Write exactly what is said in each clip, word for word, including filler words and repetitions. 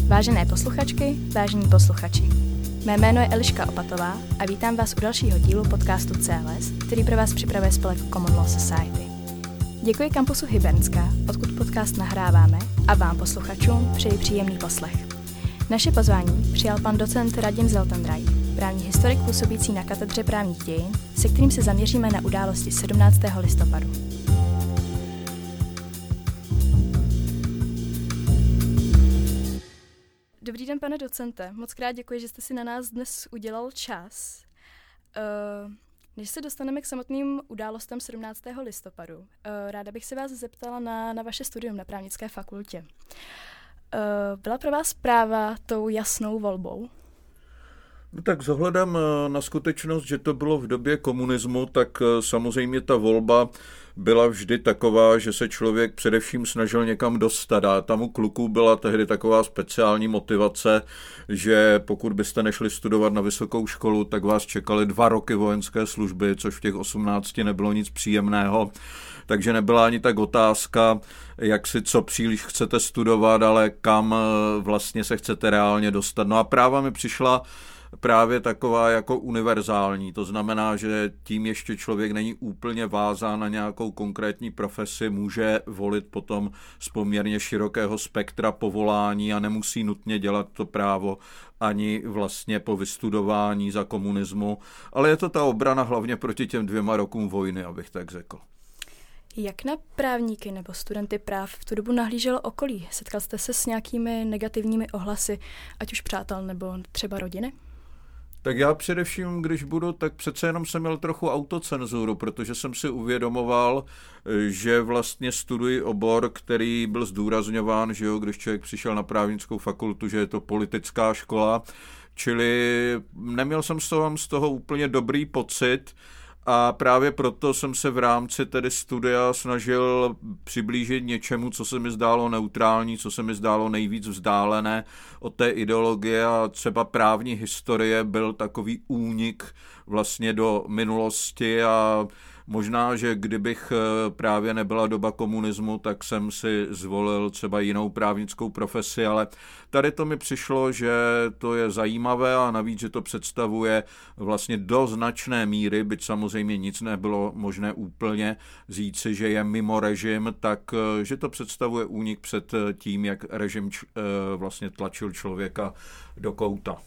Vážené posluchačky, vážení posluchači. Mé jméno je Eliška Opatová a vítám vás u dalšího dílu podcastu C L S, který pro vás připravuje spolek Common Law Society. Děkuji kampusu Hybernská, odkud podcast nahráváme, a vám, posluchačům, přeji příjemný poslech. Naše pozvání přijal pan docent Radim Zeltendraj, právní historik působící na katedře právních dějin, se kterým se zaměříme na události sedmnáctého listopadu. Dobrý den, pane docente. Moc krát děkuji, že jste si na nás dnes udělal čas. Uh, než se dostaneme k samotným událostem sedmnáctého listopadu, uh, ráda bych se vás zeptala na, na vaše studium na právnické fakultě. Uh, byla pro vás práva tou jasnou volbou? No tak s ohledem na skutečnost, že to bylo v době komunismu, tak samozřejmě ta volba byla vždy taková, že se člověk především snažil někam dostat. A tam u kluků byla tehdy taková speciální motivace, že pokud byste nešli studovat na vysokou školu, tak vás čekaly dva roky vojenské služby, což v těch osmnácti nebylo nic příjemného. Takže nebyla ani tak otázka, jak si co příliš chcete studovat, ale kam vlastně se chcete reálně dostat. No a práva mi přišla právě taková jako univerzální. To znamená, že tím ještě člověk není úplně vázán na nějakou konkrétní profesi, může volit potom z poměrně širokého spektra povolání a nemusí nutně dělat to právo ani vlastně po vystudování za komunismu, ale je to ta obrana hlavně proti těm dvěma rokům vojny, abych tak řekl. Jak na právníky nebo studenty práv v tu dobu nahlíželo okolí? Setkal jste se s nějakými negativními ohlasy, ať už přátel nebo třeba rodiny? Tak já především, když budu, tak přece jenom jsem měl trochu autocenzuru, protože jsem si uvědomoval, že vlastně studuji obor, který byl zdůrazňován, že jo, když člověk přišel na právnickou fakultu, že je to politická škola, čili neměl jsem z toho, z toho úplně dobrý pocit. A právě proto jsem se v rámci tedy studia snažil přiblížit něčemu, co se mi zdálo neutrální, co se mi zdálo nejvíc vzdálené od té ideologie, a třeba právní historie byl takový únik vlastně do minulosti. A možná, že kdybych právě nebyla doba komunismu, tak jsem si zvolil třeba jinou právnickou profesi, ale tady to mi přišlo, že to je zajímavé a navíc, že to představuje vlastně do značné míry, byť samozřejmě nic nebylo možné úplně říci, že je mimo režim, tak že to představuje únik před tím, jak režim vlastně tlačil člověka do kouta.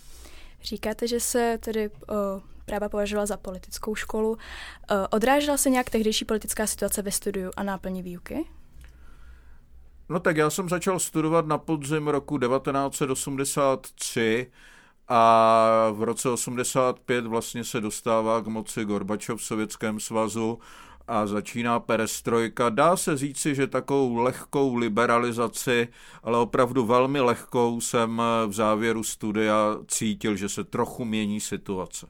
Říkáte, že se tedy o, práva považovala za politickou školu. O, odrážela se nějak tehdejší politická situace ve studiu a náplni výuky? No tak já jsem začal studovat na podzim roku devatenáct set osmdesát tři a v roce osmdesát pět vlastně se dostává k moci Gorbačov v Sovětském svazu a začíná perestrojka. Dá se říci, že takovou lehkou liberalizaci, ale opravdu velmi lehkou, jsem v závěru studia cítil, že se trochu mění situace.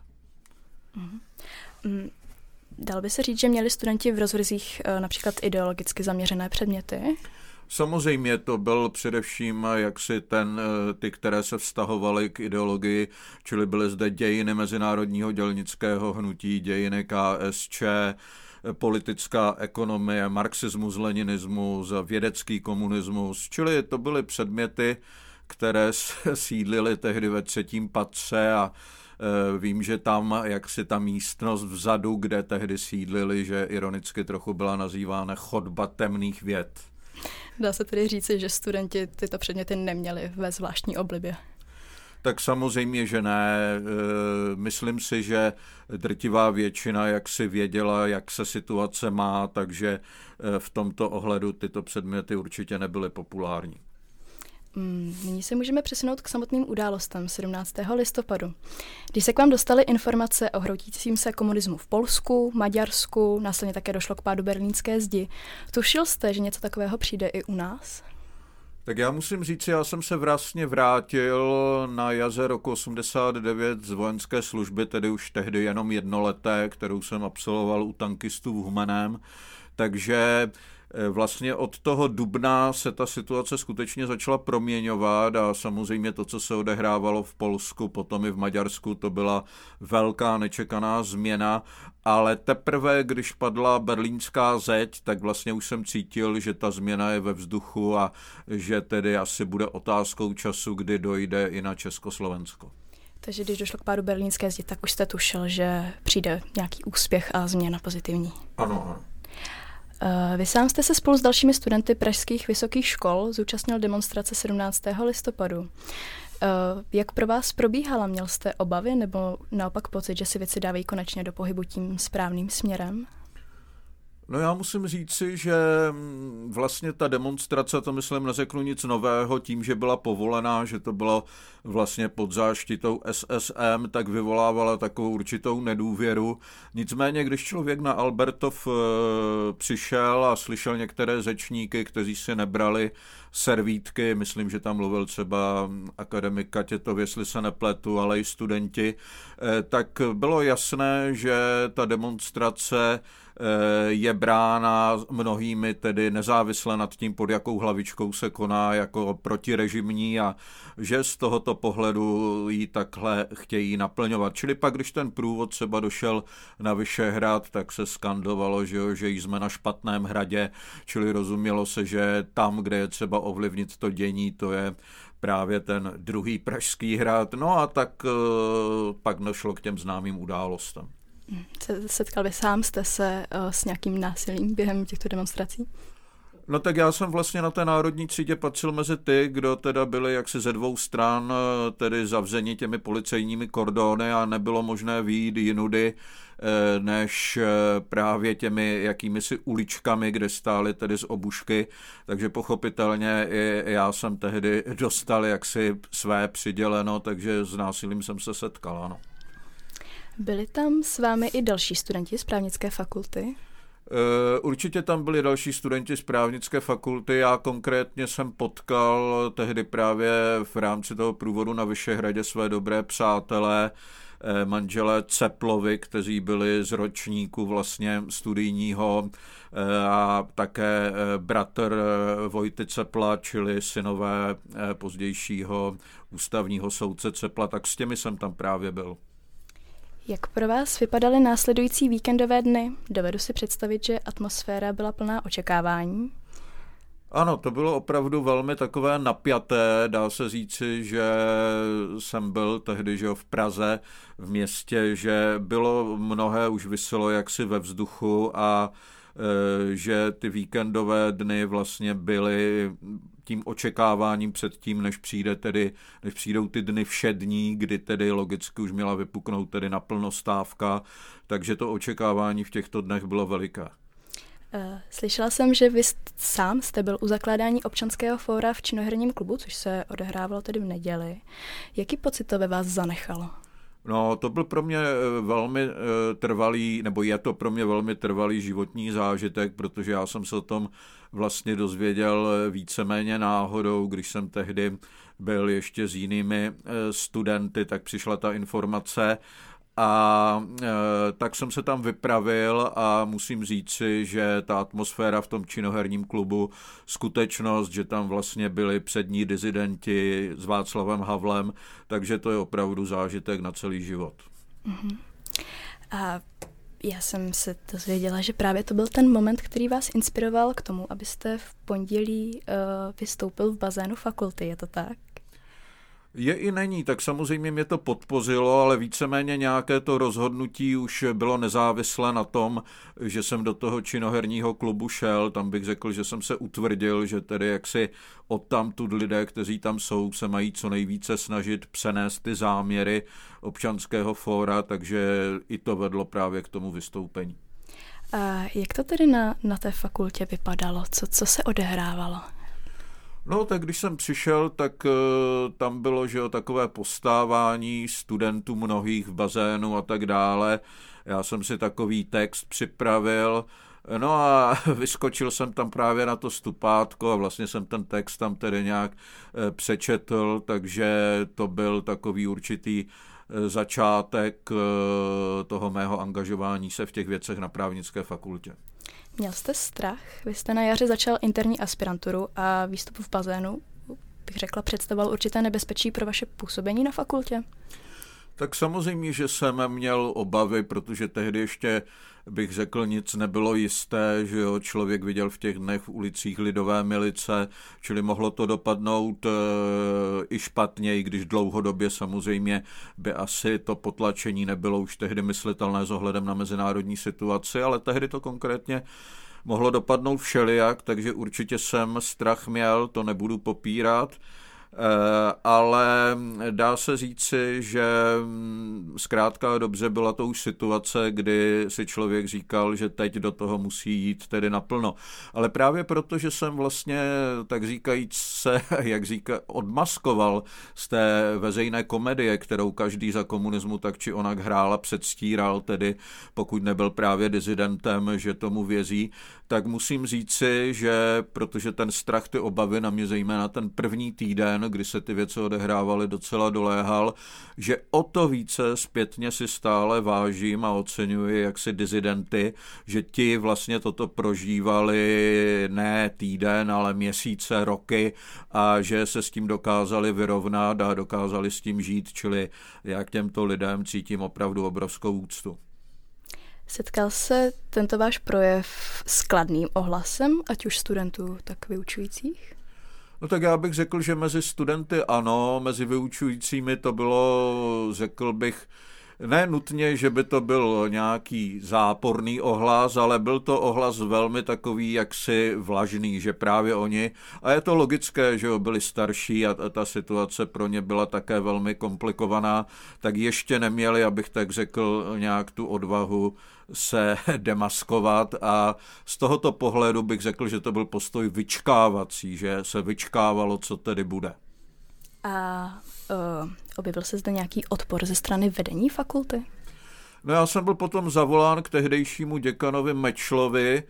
Mm. Dalo by se říct, že měli studenti v rozvrzích například ideologicky zaměřené předměty? Samozřejmě to byl především jaksi ten, ty, které se vztahovaly k ideologii, čili byly zde dějiny mezinárodního dělnického hnutí, dějiny K S Č, politická ekonomie, marxismus, leninismus, vědecký komunismus, čili to byly předměty, které sídlily tehdy ve třetím patře a vím, že tam jaksi ta místnost vzadu, kde tehdy sídlili, že ironicky trochu byla nazývána chodba temných věd. Dá se tedy říci, že studenti tyto předměty neměli ve zvláštní oblibě? Tak samozřejmě, že ne. Myslím si, že drtivá většina jak si věděla, jak se situace má, takže v tomto ohledu tyto předměty určitě nebyly populární. Nyní se můžeme přesunout k samotným událostem sedmnáctého listopadu. Když se k vám dostaly informace o hroutícím se komunismu v Polsku, Maďarsku, následně také došlo k pádu berlínské zdi, tušil jste, že něco takového přijde i u nás? Tak já musím říct, já jsem se vlastně vrátil na jaře roku osmdesát devět z vojenské služby, tedy už tehdy jenom jednoleté, kterou jsem absolvoval u tankistů v Humeném, takže Vlastně od toho dubna se ta situace skutečně začala proměňovat a samozřejmě to, co se odehrávalo v Polsku, potom i v Maďarsku, to byla velká nečekaná změna, ale teprve, když padla berlínská zeď, tak vlastně už jsem cítil, že ta změna je ve vzduchu a že tedy asi bude otázkou času, kdy dojde i na Československo. Takže když došlo k pádu berlínské zdi, tak už jste tušil, že přijde nějaký úspěch a změna pozitivní. Ano, ano. Vy sám jste se spolu s dalšími studenty pražských vysokých škol zúčastnil demonstrace sedmnáctého listopadu. Jak pro vás probíhala? Měl jste obavy nebo naopak pocit, že si věci dávají konečně do pohybu tím správným směrem? No já musím říci, že vlastně ta demonstrace, to myslím neřeknu nic nového, tím, že byla povolená, že to bylo vlastně pod záštitou S S M, tak vyvolávala takovou určitou nedůvěru. Nicméně, když člověk na Albertov přišel a slyšel některé řečníky, kteří si nebrali servítky, myslím, že tam mluvil třeba akademik Katětov, jestli se nepletu, ale i studenti, tak bylo jasné, že ta demonstrace je brána mnohými tedy nezávisle nad tím, pod jakou hlavičkou se koná, jako protirežimní a že z tohoto pohledu ji takhle chtějí naplňovat. Čili pak, když ten průvod třeba došel na Vyšehrad, tak se skandovalo, že, jo, že jsme na špatném hradě, čili rozumělo se, že tam, kde je třeba ovlivnit to dění, to je právě ten druhý Pražský hrad. No a tak uh, pak došlo k těm známým událostem. Setkal vy sám jste se uh, s nějakým násilím během těchto demonstrací? No tak já jsem vlastně na té národní třídě patřil mezi ty, kdo teda byli jaksi ze dvou stran tedy zavřeni těmi policejními kordony a nebylo možné vyjít jinudy než právě těmi jakýmisi uličkami, kde stály tedy z obušky, takže pochopitelně i já jsem tehdy dostal jaksi své přiděleno, takže s násilím jsem se setkal, ano. Byli tam s vámi i další studenti z právnické fakulty? Určitě tam byli další studenti z právnické fakulty. Já konkrétně jsem potkal tehdy právě v rámci toho průvodu na Vyšehradě své dobré přátelé, manželé Ceplovi, kteří byli z ročníku vlastně studijního a také bratr Vojty Cepla, čili synové pozdějšího ústavního soudce Cepla, tak s těmi jsem tam právě byl. Jak pro vás vypadaly následující víkendové dny? Dovedu si představit, že atmosféra byla plná očekávání. Ano, to bylo opravdu velmi takové napjaté. Dá se říci, že jsem byl tehdy že v Praze, v městě, že bylo mnohé už viselo jaksi ve vzduchu a že ty víkendové dny vlastně byly tím očekáváním před tím, než přijde tedy, než přijdou ty dny všední, kdy tedy logicky už měla vypuknout tedy naplno stávka, takže to očekávání v těchto dnech bylo veliké. Slyšela jsem, že vy sám jste byl u zakládání občanského fóra v činoherním klubu, což se odehrávalo tedy v neděli. Jaký pocit to ve vás zanechalo? No, to byl pro mě velmi trvalý, nebo je to pro mě velmi trvalý životní zážitek, protože já jsem se o tom vlastně dozvěděl víceméně náhodou, když jsem tehdy byl ještě s jinými studenty, tak přišla ta informace a e, tak jsem se tam vypravil a musím říci, že ta atmosféra v tom činoherním klubu, skutečnost, že tam vlastně byli přední dizidenti s Václavem Havlem, takže to je opravdu zážitek na celý život. Uh-huh. A já jsem se dozvěděla, že právě to byl ten moment, který vás inspiroval k tomu, abyste v pondělí uh, vystoupil v bazénu fakulty, je to tak? Je i není, tak samozřejmě mě to podpořilo, ale víceméně nějaké to rozhodnutí už bylo nezávislé na tom, že jsem do toho činoherního klubu šel, tam bych řekl, že jsem se utvrdil, že tedy jaksi odtamtud lidé, kteří tam jsou, se mají co nejvíce snažit přenést ty záměry občanského fóra, takže i to vedlo právě k tomu vystoupení. A jak to tedy na, na té fakultě vypadalo? Co, co se odehrávalo? No, tak když jsem přišel, tak uh, tam bylo, že jo, takové postávání studentů mnohých v bazénu a tak dále. Já jsem si takový text připravil, no a vyskočil jsem tam právě na to stupátko a vlastně jsem ten text tam tedy nějak uh, přečetl, takže to byl takový určitý uh, začátek uh, toho mého angažování se v těch věcech na právnické fakultě. Měl jste strach? Vy jste na jaře začal interní aspiranturu a výstup v bazénu, bych řekla, představoval určité nebezpečí pro vaše působení na fakultě? Tak samozřejmě, že jsem měl obavy, protože tehdy ještě, bych řekl, nic nebylo jisté, že jo, člověk viděl v těch dnech v ulicích lidové milice, čili mohlo to dopadnout e, i špatně, i když dlouhodobě samozřejmě by asi to potlačení nebylo už tehdy myslitelné s ohledem na mezinárodní situaci, ale tehdy to konkrétně mohlo dopadnout všelijak, takže určitě jsem strach měl, to nebudu popírat. Ale dá se říci, že zkrátka dobře byla to už situace, kdy si člověk říkal, že teď do toho musí jít tedy naplno. Ale právě proto, že jsem vlastně, tak říkajíc se, jak říká, odmaskoval z té veřejné komedie, kterou každý za komunismu tak či onak hrál a předstíral, tedy pokud nebyl právě dizidentem, že tomu věří, tak musím říci, že protože ten strach, ty obavy na mě zejména ten první týden, kdy se ty věci odehrávaly, docela doléhal, že o to více zpětně si stále vážím a oceňuji jaksi dizidenty, že ti vlastně toto prožívali ne týden, ale měsíce, roky a že se s tím dokázali vyrovnat a dokázali s tím žít, čili já k těmto lidem cítím opravdu obrovskou úctu. Setkal se tento váš projev s kladným ohlasem, ať už studentů, tak vyučujících? No tak já bych řekl, že mezi studenty ano, mezi vyučujícími to bylo, řekl bych, ne nutně, že by to byl nějaký záporný ohlas, ale byl to ohlas velmi takový jaksi vlažný, že právě oni, a je to logické, že jo, byli starší a ta situace pro ně byla také velmi komplikovaná, tak ještě neměli, abych tak řekl, nějak tu odvahu se demaskovat a z tohoto pohledu bych řekl, že to byl postoj vyčkávací, že se vyčkávalo, co tedy bude. A uh, objevil se zde nějaký odpor ze strany vedení fakulty? No já jsem byl potom zavolán k tehdejšímu děkanovi Mečlovi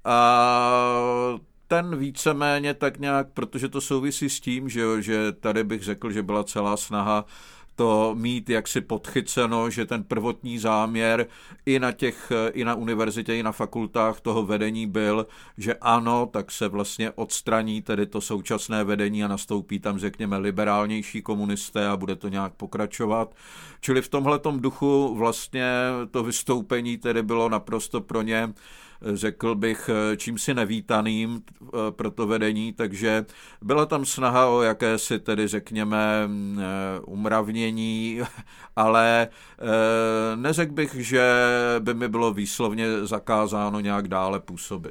a ten víceméně tak nějak, protože to souvisí s tím, že, jo, že tady bych řekl, že byla celá snaha to mít jaksi podchyceno, že ten prvotní záměr i na těch, i na univerzitě, i na fakultách toho vedení byl, že ano, tak se vlastně odstraní tedy to současné vedení a nastoupí tam, řekněme, liberálnější komunisté a bude to nějak pokračovat. Čili v tomhletom duchu vlastně to vystoupení tedy bylo naprosto pro ně, řekl bych, čímsi nevítaným pro to vedení, takže byla tam snaha o jakési tedy, řekněme, umravnění, ale neřekl bych, že by mi bylo výslovně zakázáno nějak dále působit.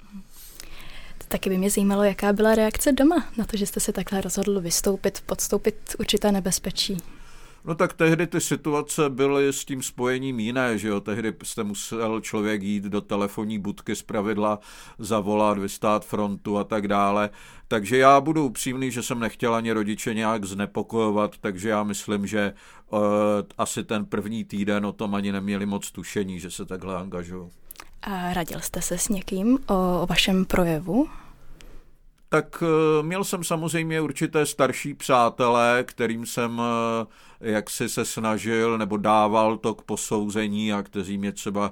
Taky by mě zajímalo, jaká byla reakce doma na to, že jste se takhle rozhodl vystoupit, podstoupit určité nebezpečí. No tak tehdy ty situace byly s tím spojením jiné, že jo, tehdy jste musel člověk jít do telefonní budky zpravidla, zavolat, vystát frontu a tak dále, takže já budu upřímný, že jsem nechtěl ani rodiče nějak znepokojovat, takže já myslím, že uh, asi ten první týden o tom ani neměli moc tušení, že se takhle angažují. A radil jste se s někým o, o vašem projevu? Tak měl jsem samozřejmě určité starší přátelé, kterým jsem jaksi se snažil nebo dával to k posouzení a kteří mě třeba,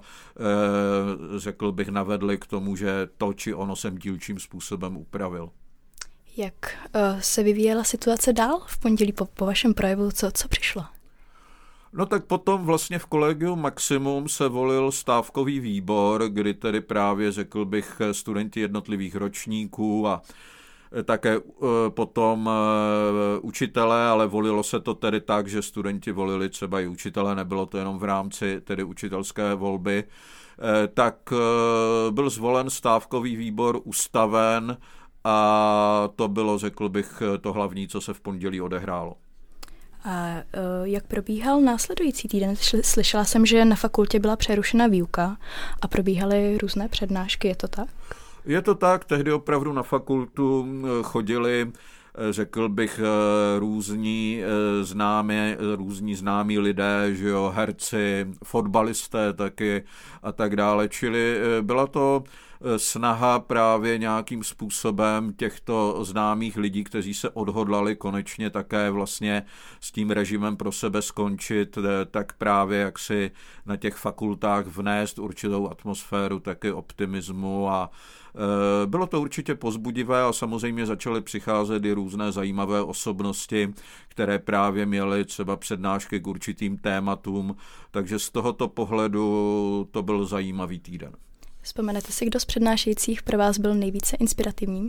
řekl bych, navedli k tomu, že to či ono jsem dílčím způsobem upravil. Jak se vyvíjela situace dál v pondělí po, po vašem projevu? Co, co přišlo? No tak potom vlastně v kolegiu Maximum se volil stávkový výbor, kdy tedy právě, řekl bych, studenti jednotlivých ročníků a také potom učitelé, ale volilo se to tedy tak, že studenti volili třeba i učitelé, nebylo to jenom v rámci tedy učitelské volby, tak byl zvolen stávkový výbor, ustaven a to bylo, řekl bych, to hlavní, co se v pondělí odehrálo. A jak probíhal následující týden? Slyšela jsem, že na fakultě byla přerušena výuka a probíhaly různé přednášky, je to tak? Je to tak, tehdy opravdu na fakultu chodili, řekl bych, různí známí, různí známí lidé, že jo, herci, fotbalisté taky a tak dále, čili byla to snaha právě nějakým způsobem těchto známých lidí, kteří se odhodlali konečně také vlastně s tím režimem pro sebe skončit, tak právě jak si na těch fakultách vnést určitou atmosféru taky optimismu a bylo to určitě povzbudivé a samozřejmě začaly přicházet i různé zajímavé osobnosti, které právě měly třeba přednášky k určitým tématům, takže z tohoto pohledu to byl zajímavý týden. Vzpomenete si, kdo z přednášejících pro vás byl nejvíce inspirativním?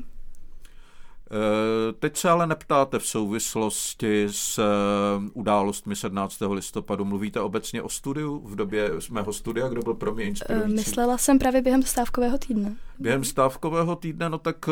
Teď se ale neptáte v souvislosti s událostmi sedmnáctého listopadu. Mluvíte obecně o studiu, v době mého studia, kdo byl pro mě inspirující? Myslela jsem právě během stávkového týdne. Během stávkového týdne, no tak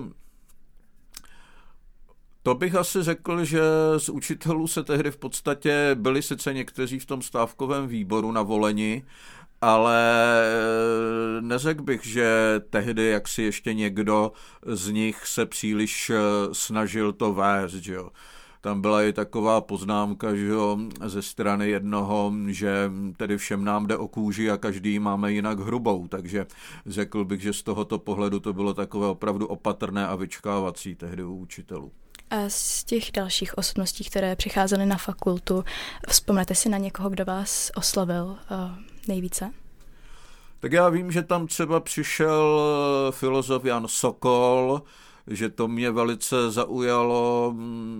to bych asi řekl, že z učitelů se tehdy v podstatě byli sice někteří v tom stávkovém výboru navoleni, ale neřekl bych, že tehdy jaksi ještě někdo z nich se příliš snažil to vést, že jo. Tam byla i taková poznámka, že jo, ze strany jednoho, že tedy všem nám jde o kůži a každý máme jinak hrubou, takže řekl bych, že z tohoto pohledu to bylo takové opravdu opatrné a vyčkávací tehdy u učitelů. A z těch dalších osobností, které přicházely na fakultu, vzpomněte si na někoho, kdo vás oslovil uh, nejvíce? Tak já vím, že tam třeba přišel filozof Jan Sokol, že to mě velice zaujalo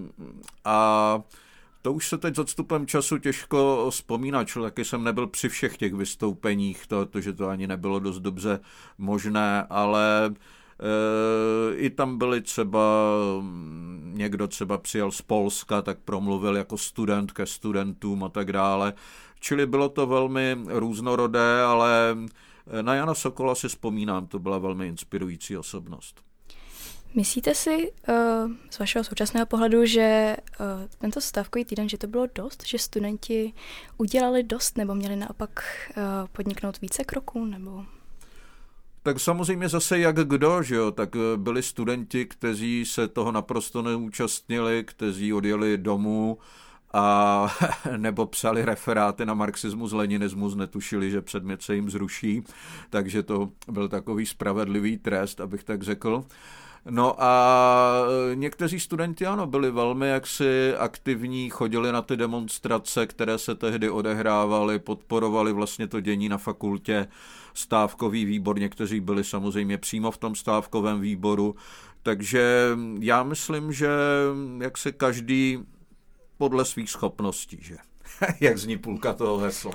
a to už se teď s odstupem času těžko vzpomínat, člověk, taky jsem nebyl při všech těch vystoupeních, to, to, že to ani nebylo dost dobře možné, ale e, i tam byli třeba, někdo třeba přijel z Polska, tak promluvil jako student ke studentům a tak dále, čili bylo to velmi různorodé, ale na Jana Sokola si vzpomínám, to byla velmi inspirující osobnost. Myslíte si uh, z vašeho současného pohledu, že uh, tento stávkový týden, že to bylo dost, že studenti udělali dost nebo měli naopak uh, podniknout více kroků? Nebo... Tak samozřejmě zase jak kdo, že jo, tak byli studenti, kteří se toho naprosto neúčastnili, kteří odjeli domů a nebo psali referáty na marxismus, leninismus, netušili, že předmět se jim zruší, takže to byl takový spravedlivý trest, abych tak řekl. No a někteří studenti, ano, byli velmi jaksi aktivní, chodili na ty demonstrace, které se tehdy odehrávaly, podporovali vlastně to dění na fakultě, stávkový výbor, někteří byli samozřejmě přímo v tom stávkovém výboru, takže já myslím, že jak se každý podle svých schopností, že? Jak zní půlka toho hesla.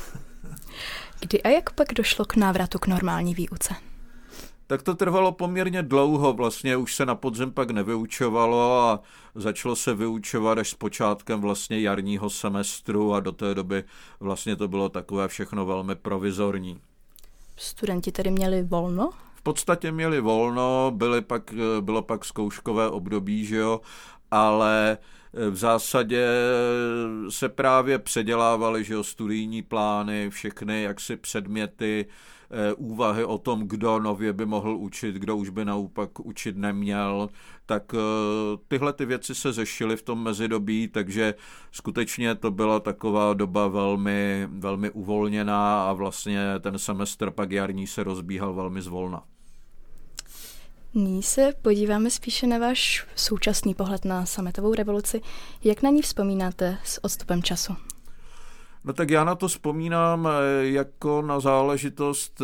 Kdy a jak pak došlo k návratu k normální výuce? Tak to trvalo poměrně dlouho, vlastně už se na podzim pak nevyučovalo a začalo se vyučovat až s počátkem vlastně jarního semestru a do té doby vlastně to bylo takové všechno velmi provizorní. Studenti tedy měli volno? V podstatě měli volno, byly pak, bylo pak zkouškové období, že jo, ale v zásadě se právě předělávaly, že jo, studijní plány, všechny jaksi předměty, úvahy o tom, kdo nově by mohl učit, kdo už by naopak učit neměl, tak tyhle ty věci se řešily v tom mezidobí, takže skutečně to byla taková doba velmi, velmi uvolněná a vlastně ten semestr pak jarní se rozbíhal velmi zvolna. Nyní se podíváme spíše na váš současný pohled na sametovou revoluci. Jak na ní vzpomínáte s odstupem času? No tak já na to vzpomínám jako na záležitost,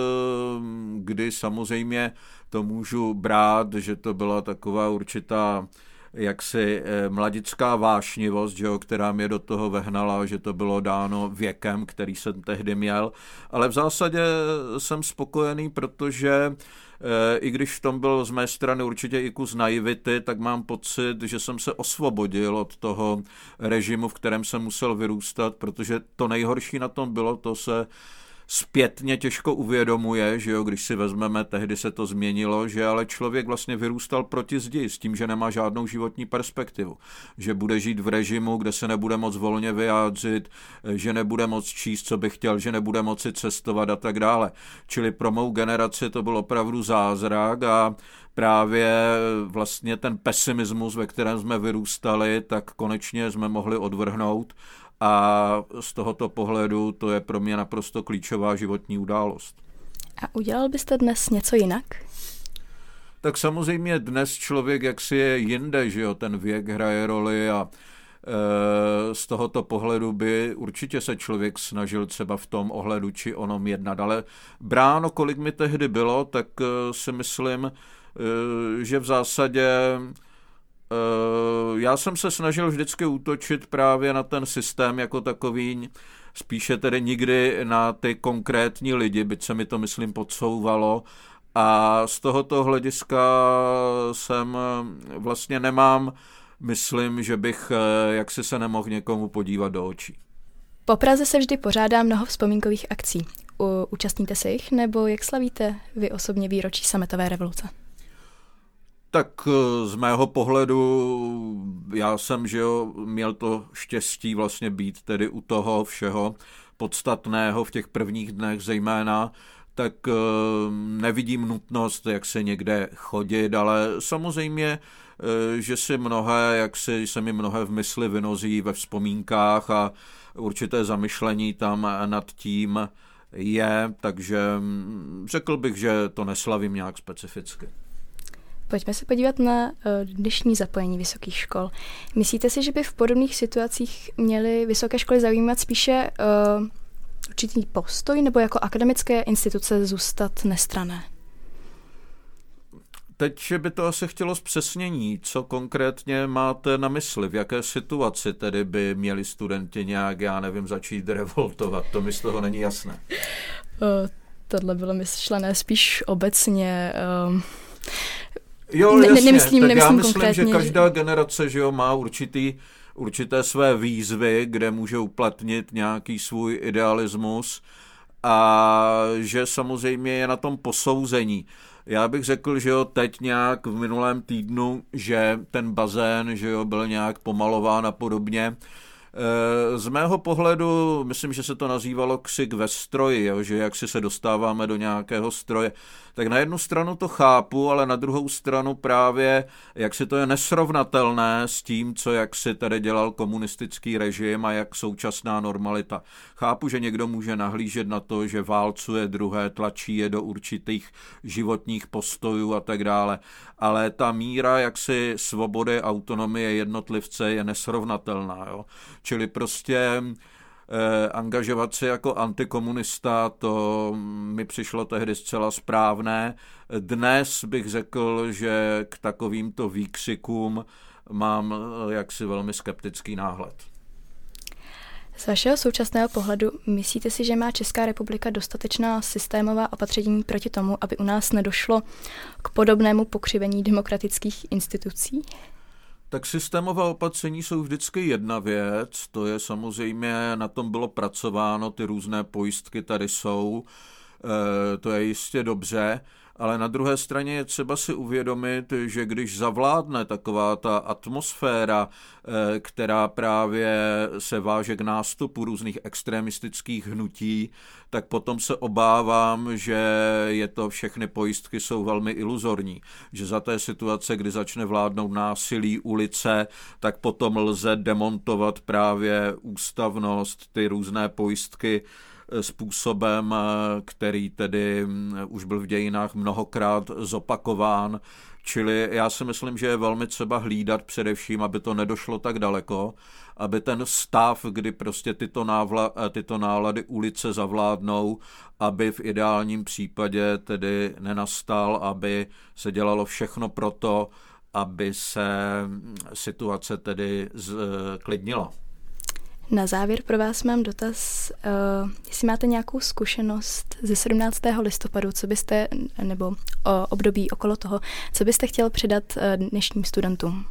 kdy samozřejmě to můžu brát, že to byla taková určitá jaksi mladická vášnivost, že jo, která mě do toho vehnala, že to bylo dáno věkem, který jsem tehdy měl, ale v zásadě jsem spokojený, protože i když v tom byl z mé strany určitě i kus naivity, tak mám pocit, že jsem se osvobodil od toho režimu, v kterém jsem musel vyrůstat, protože to nejhorší na tom bylo, to se zpětně těžko uvědomuje, že jo, když si vezmeme, tehdy se to změnilo, že ale člověk vlastně vyrůstal proti zdi s tím, že nemá žádnou životní perspektivu, že bude žít v režimu, kde se nebude moc volně vyjádřit, že nebude moc číst, co by chtěl, že nebude moci cestovat a tak dále. Čili pro mou generaci to byl opravdu zázrak a právě vlastně ten pesimismus, ve kterém jsme vyrůstali, tak konečně jsme mohli odvrhnout. A z tohoto pohledu to je pro mě naprosto klíčová životní událost. A udělal byste dnes něco jinak? Tak samozřejmě dnes člověk jaksi je jinde, že jo, ten věk hraje roli a e, z tohoto pohledu by určitě se člověk snažil třeba v tom ohledu či onom jednat, ale bráno, kolik mi tehdy bylo, tak e, si myslím, e, že v zásadě e, já jsem se snažil vždycky útočit právě na ten systém jako takový, spíše tedy nikdy na ty konkrétní lidi, byť se mi to, myslím, podsouvalo. A z tohoto hlediska jsem vlastně nemám, myslím, že bych jaksi se nemohl někomu podívat do očí. Po Praze se vždy pořádá mnoho vzpomínkových akcí. U, účastníte se jich, nebo jak slavíte vy osobně výročí sametové revoluce? Tak z mého pohledu já jsem, že jo, měl to štěstí vlastně být tedy u toho všeho podstatného v těch prvních dnech zejména, tak nevidím nutnost, jak se někde chodit, ale samozřejmě, že si mnohé, jak si, se mi mnohé v mysli vynozí ve vzpomínkách a určité zamyšlení tam nad tím je, takže řekl bych, že to neslavím nějak specificky. Pojďme se podívat na dnešní zapojení vysokých škol. Myslíte si, že by v podobných situacích měly vysoké školy zaujímat spíše uh, určitý postoj, nebo jako akademické instituce zůstat nestranné? Teď by to asi chtělo zpřesnění, co konkrétně máte na mysli, v jaké situaci tedy by měli studenti nějak, já nevím, začít revoltovat, to mi z toho není jasné. Uh, tohle bylo myšlené spíš obecně. Uh, jo, ne, jasně, nemyslím, tak nemyslím já myslím, konkrétně, že každá generace, že jo, má určitý, určité své výzvy, kde může uplatnit nějaký svůj idealismus a že samozřejmě je na tom posouzení. Já bych řekl, že jo, teď nějak v minulém týdnu, že ten bazén, že jo, byl nějak pomalován a podobně. Z mého pohledu, myslím, že se to nazývalo ksik ve stroji, jo, že jak si se dostáváme do nějakého stroje, tak na jednu stranu to chápu, ale na druhou stranu právě, jak si to je nesrovnatelné s tím, co jak si tady dělal komunistický režim a jak současná normalita. Chápu, že někdo může nahlížet na to, že válcuje druhé, tlačí je do určitých životních postojů a tak dále, ale ta míra jaksi svobody, autonomie jednotlivce je nesrovnatelná, jo. Čili prostě eh, angažovat se jako antikomunista, to mi přišlo tehdy zcela správné. Dnes bych řekl, že k takovýmto výkřikům mám eh, jaksi velmi skeptický náhled. Z vašeho současného pohledu myslíte si, že má Česká republika dostatečná systémová opatření proti tomu, aby u nás nedošlo k podobnému pokřivení demokratických institucí? Tak systémová opatření jsou vždycky jedna věc, to je samozřejmě, na tom bylo pracováno, ty různé pojistky tady jsou, e, to je jistě dobře, ale na druhé straně je třeba si uvědomit, že když zavládne taková ta atmosféra, která právě se váže k nástupu různých extremistických hnutí, tak potom se obávám, že je to, všechny pojistky jsou velmi iluzorní. Že za té situace, kdy začne vládnout násilí, ulice, tak potom lze demontovat právě ústavnost, ty různé pojistky, způsobem, který tedy už byl v dějinách mnohokrát zopakován. Čili já si myslím, že je velmi třeba hlídat především, aby to nedošlo tak daleko, aby ten stav, kdy prostě tyto, návla, tyto nálady ulice zavládnou, aby v ideálním případě tedy nenastal, aby se dělalo všechno proto, aby se situace tedy zklidnila. Na závěr pro vás mám dotaz, uh, jestli máte nějakou zkušenost ze sedmnáctého listopadu, co byste, nebo o období okolo toho, co byste chtěl předat uh, dnešním studentům?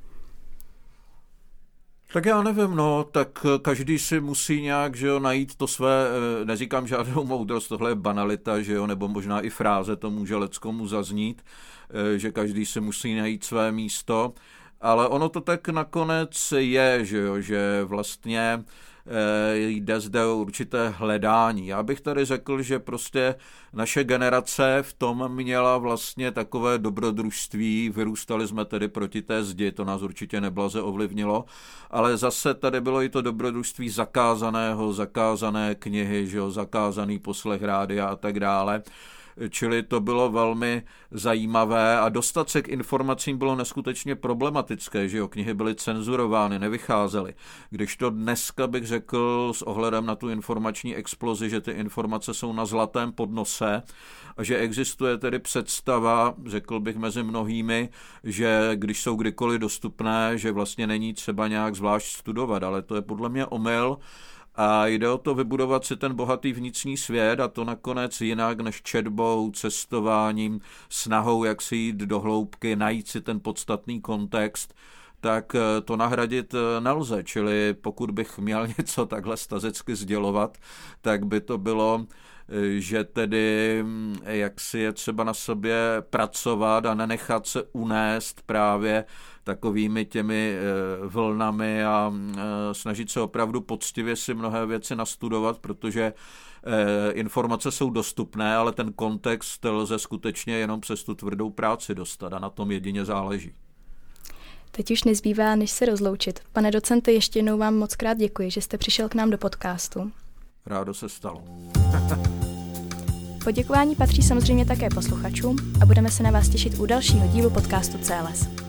Tak já nevím, no, tak každý si musí nějak, že jo, najít to své, neříkám žádnou moudrost, tohle je banalita, že jo, nebo možná i fráze, to může leckomu zaznít, že každý si musí najít své místo. Ale ono to tak nakonec je, že jo, že vlastně jde zde o určité hledání. Já bych tady řekl, že prostě naše generace v tom měla vlastně takové dobrodružství, vyrůstali jsme tedy proti té zdi, to nás určitě neblaze ovlivnilo, ale zase tady bylo i to dobrodružství zakázaného, zakázané knihy, že jo, zakázaný poslech rádia a tak dále. Čili to bylo velmi zajímavé a dostat se k informacím bylo neskutečně problematické, že jo, knihy byly cenzurovány, nevycházely. Když to dneska bych řekl s ohledem na tu informační explozi, že ty informace jsou na zlatém podnose a že existuje tedy představa, řekl bych mezi mnohými, že když jsou kdykoliv dostupné, že vlastně není třeba nějak zvlášť studovat, ale to je podle mě omyl. A jde o to vybudovat si ten bohatý vnitřní svět a to nakonec jinak než četbou, cestováním, snahou, jak si jít do hloubky, najít si ten podstatný kontext, tak to nahradit nelze. Čili pokud bych měl něco takhle stazecky sdělovat, tak by to bylo, že tedy jak si je třeba na sobě pracovat a nenechat se unést právě takovými těmi vlnami a snažit se opravdu poctivě si mnohé věci nastudovat, protože informace jsou dostupné, ale ten kontext lze skutečně jenom přes tu tvrdou práci dostat a na tom jedině záleží. Teď už nezbývá, než se rozloučit. Pane docente, ještě jednou vám moc krát děkuji, že jste přišel k nám do podcastu. Rádo se stalo. Poděkování patří samozřejmě také posluchačům a budeme se na vás těšit u dalšího dílu podcastu C L S.